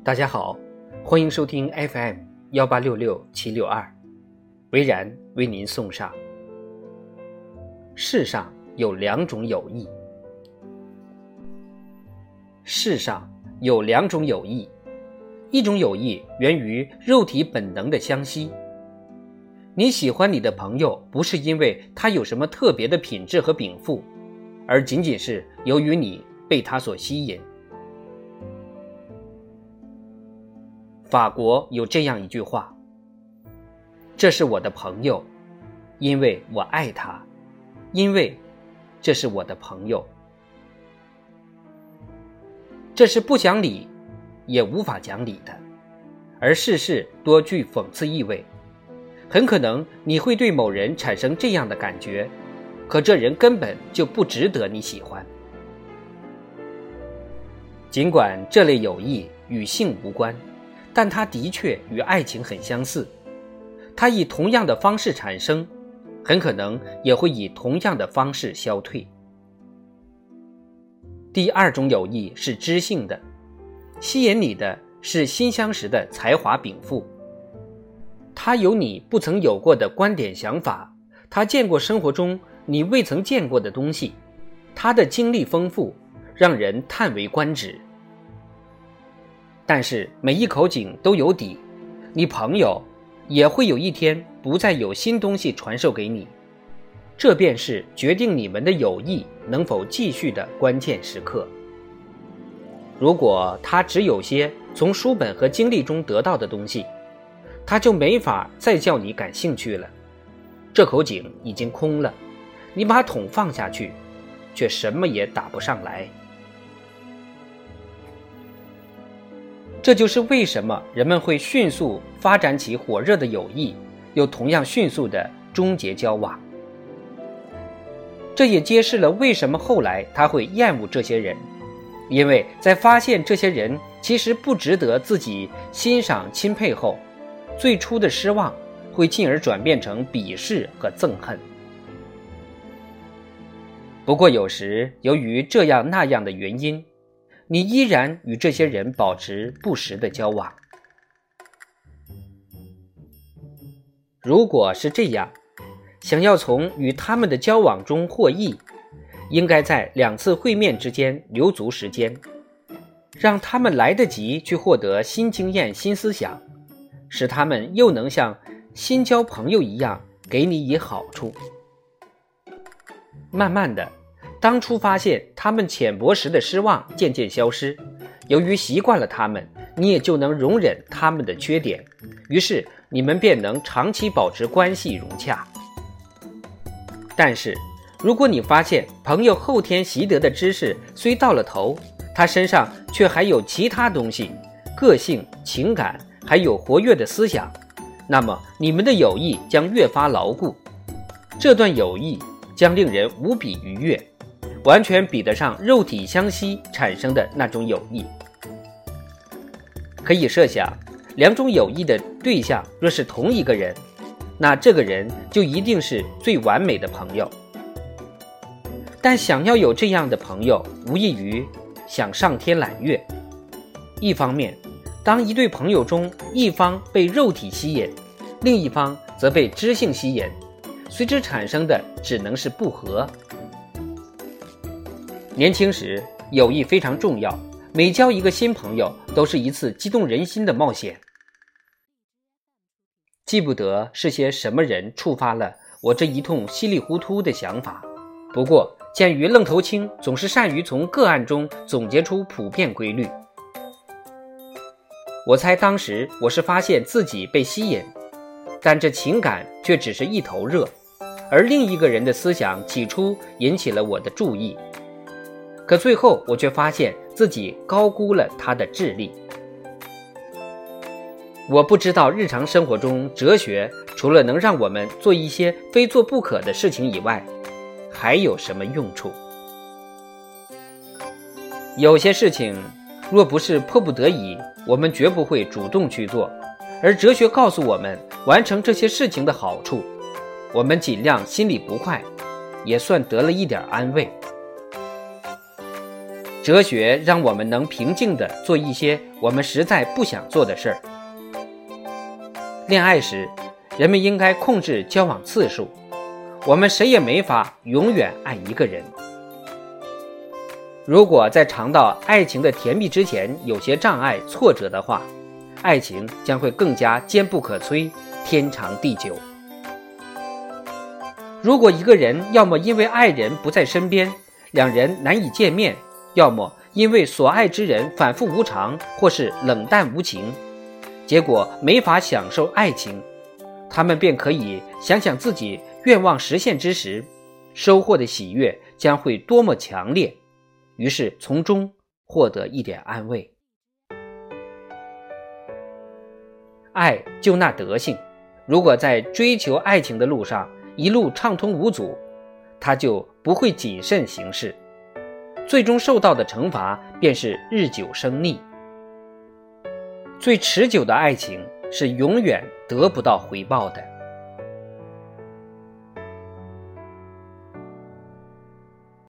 大家好，欢迎收听 FM1866762，维然为您送上。世上有两种友谊。世上有两种友谊，一种友谊源于肉体本能的相吸。你喜欢你的朋友，不是因为他有什么特别的品质和禀赋，而仅仅是由于你被他所吸引。法国有这样一句话：这是我的朋友，因为我爱他，因为这是我的朋友。这是不讲理也无法讲理的，而事事多具讽刺意味。很可能你会对某人产生这样的感觉，可这人根本就不值得你喜欢。尽管这类友谊与性无关，但它的确与爱情很相似，它以同样的方式产生，很可能也会以同样的方式消退。第二种友谊是知性的，吸引你的是新相识的才华禀赋，他有你不曾有过的观点想法，他见过生活中你未曾见过的东西，他的经历丰富，让人叹为观止。但是每一口井都有底，你朋友也会有一天不再有新东西传授给你，这便是决定你们的友谊能否继续的关键时刻。如果他只有些从书本和经历中得到的东西，他就没法再叫你感兴趣了，这口井已经空了，你把桶放下去，却什么也打不上来。这就是为什么人们会迅速发展起火热的友谊，又同样迅速地终结交往。这也揭示了为什么后来他会厌恶这些人，因为在发现这些人其实不值得自己欣赏钦佩后，最初的失望会进而转变成鄙视和憎恨。不过有时由于这样那样的原因，你依然与这些人保持不时的交往。如果是这样，想要从与他们的交往中获益，应该在2次会面之间留足时间，让他们来得及去获得新经验、新思想，使他们又能像新交朋友一样给你以好处。慢慢的，当初发现他们浅薄时的失望渐渐消失，由于习惯了他们，你也就能容忍他们的缺点，于是你们便能长期保持关系融洽。但是如果你发现朋友后天习得的知识虽到了头，他身上却还有其他东西，个性、情感，还有活跃的思想，那么你们的友谊将越发牢固，这段友谊将令人无比愉悦，完全比得上肉体相吸产生的那种友谊。可以设想，2种友谊的对象若是同一个人，那这个人就一定是最完美的朋友。但想要有这样的朋友，无异于想上天揽月。一方面，当一对朋友中一方被肉体吸引，另一方则被知性吸引，随之产生的只能是不和。年轻时，友谊非常重要，每交一个新朋友都是一次激动人心的冒险。记不得是些什么人触发了我这一通稀里糊涂的想法，不过鉴于愣头青总是善于从个案中总结出普遍规律，我猜当时我是发现自己被吸引，但这情感却只是一头热，而另一个人的思想起初引起了我的注意，可最后我却发现自己高估了他的智力。我不知道日常生活中哲学除了能让我们做一些非做不可的事情以外，还有什么用处？有些事情若不是迫不得已，我们绝不会主动去做，而哲学告诉我们完成这些事情的好处，我们尽量心里不快，也算得了一点安慰。 哲学让我们能平静地做一些我们实在不想做的事儿。恋爱时，人们应该控制交往次数，我们谁也没法永远爱一个人。如果在尝到爱情的甜蜜之前有些障碍挫折的话，爱情将会更加坚不可摧，天长地久。如果一个人要么因为爱人不在身边，两人难以见面，要么因为所爱之人反复无常或是冷淡无情，结果没法享受爱情，他们便可以想想自己愿望实现之时，收获的喜悦将会多么强烈，于是从中获得一点安慰。爱就那德性，如果在追求爱情的路上一路畅通无阻，他就不会谨慎行事，最终受到的惩罚便是日久生腻。最持久的爱情是永远得不到回报的。